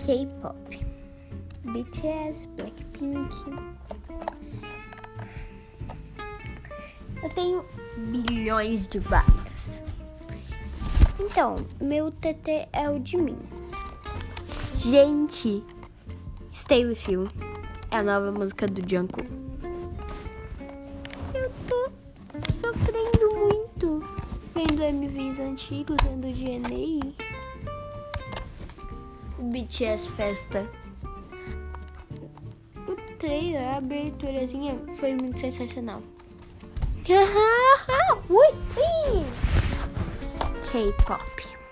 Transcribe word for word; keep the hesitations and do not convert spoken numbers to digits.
K-pop, B T S, Blackpink. Eu tenho bilhões de várias. Então, meu T T é o de mim. Gente, Stay With You é a nova música do Jungkook. Eu tô sofrendo muito vendo M Vs antigos, vendo o G N A. O B T S Festa. O trailer, a aberturazinha foi muito sensacional. Ui, ui. K-pop.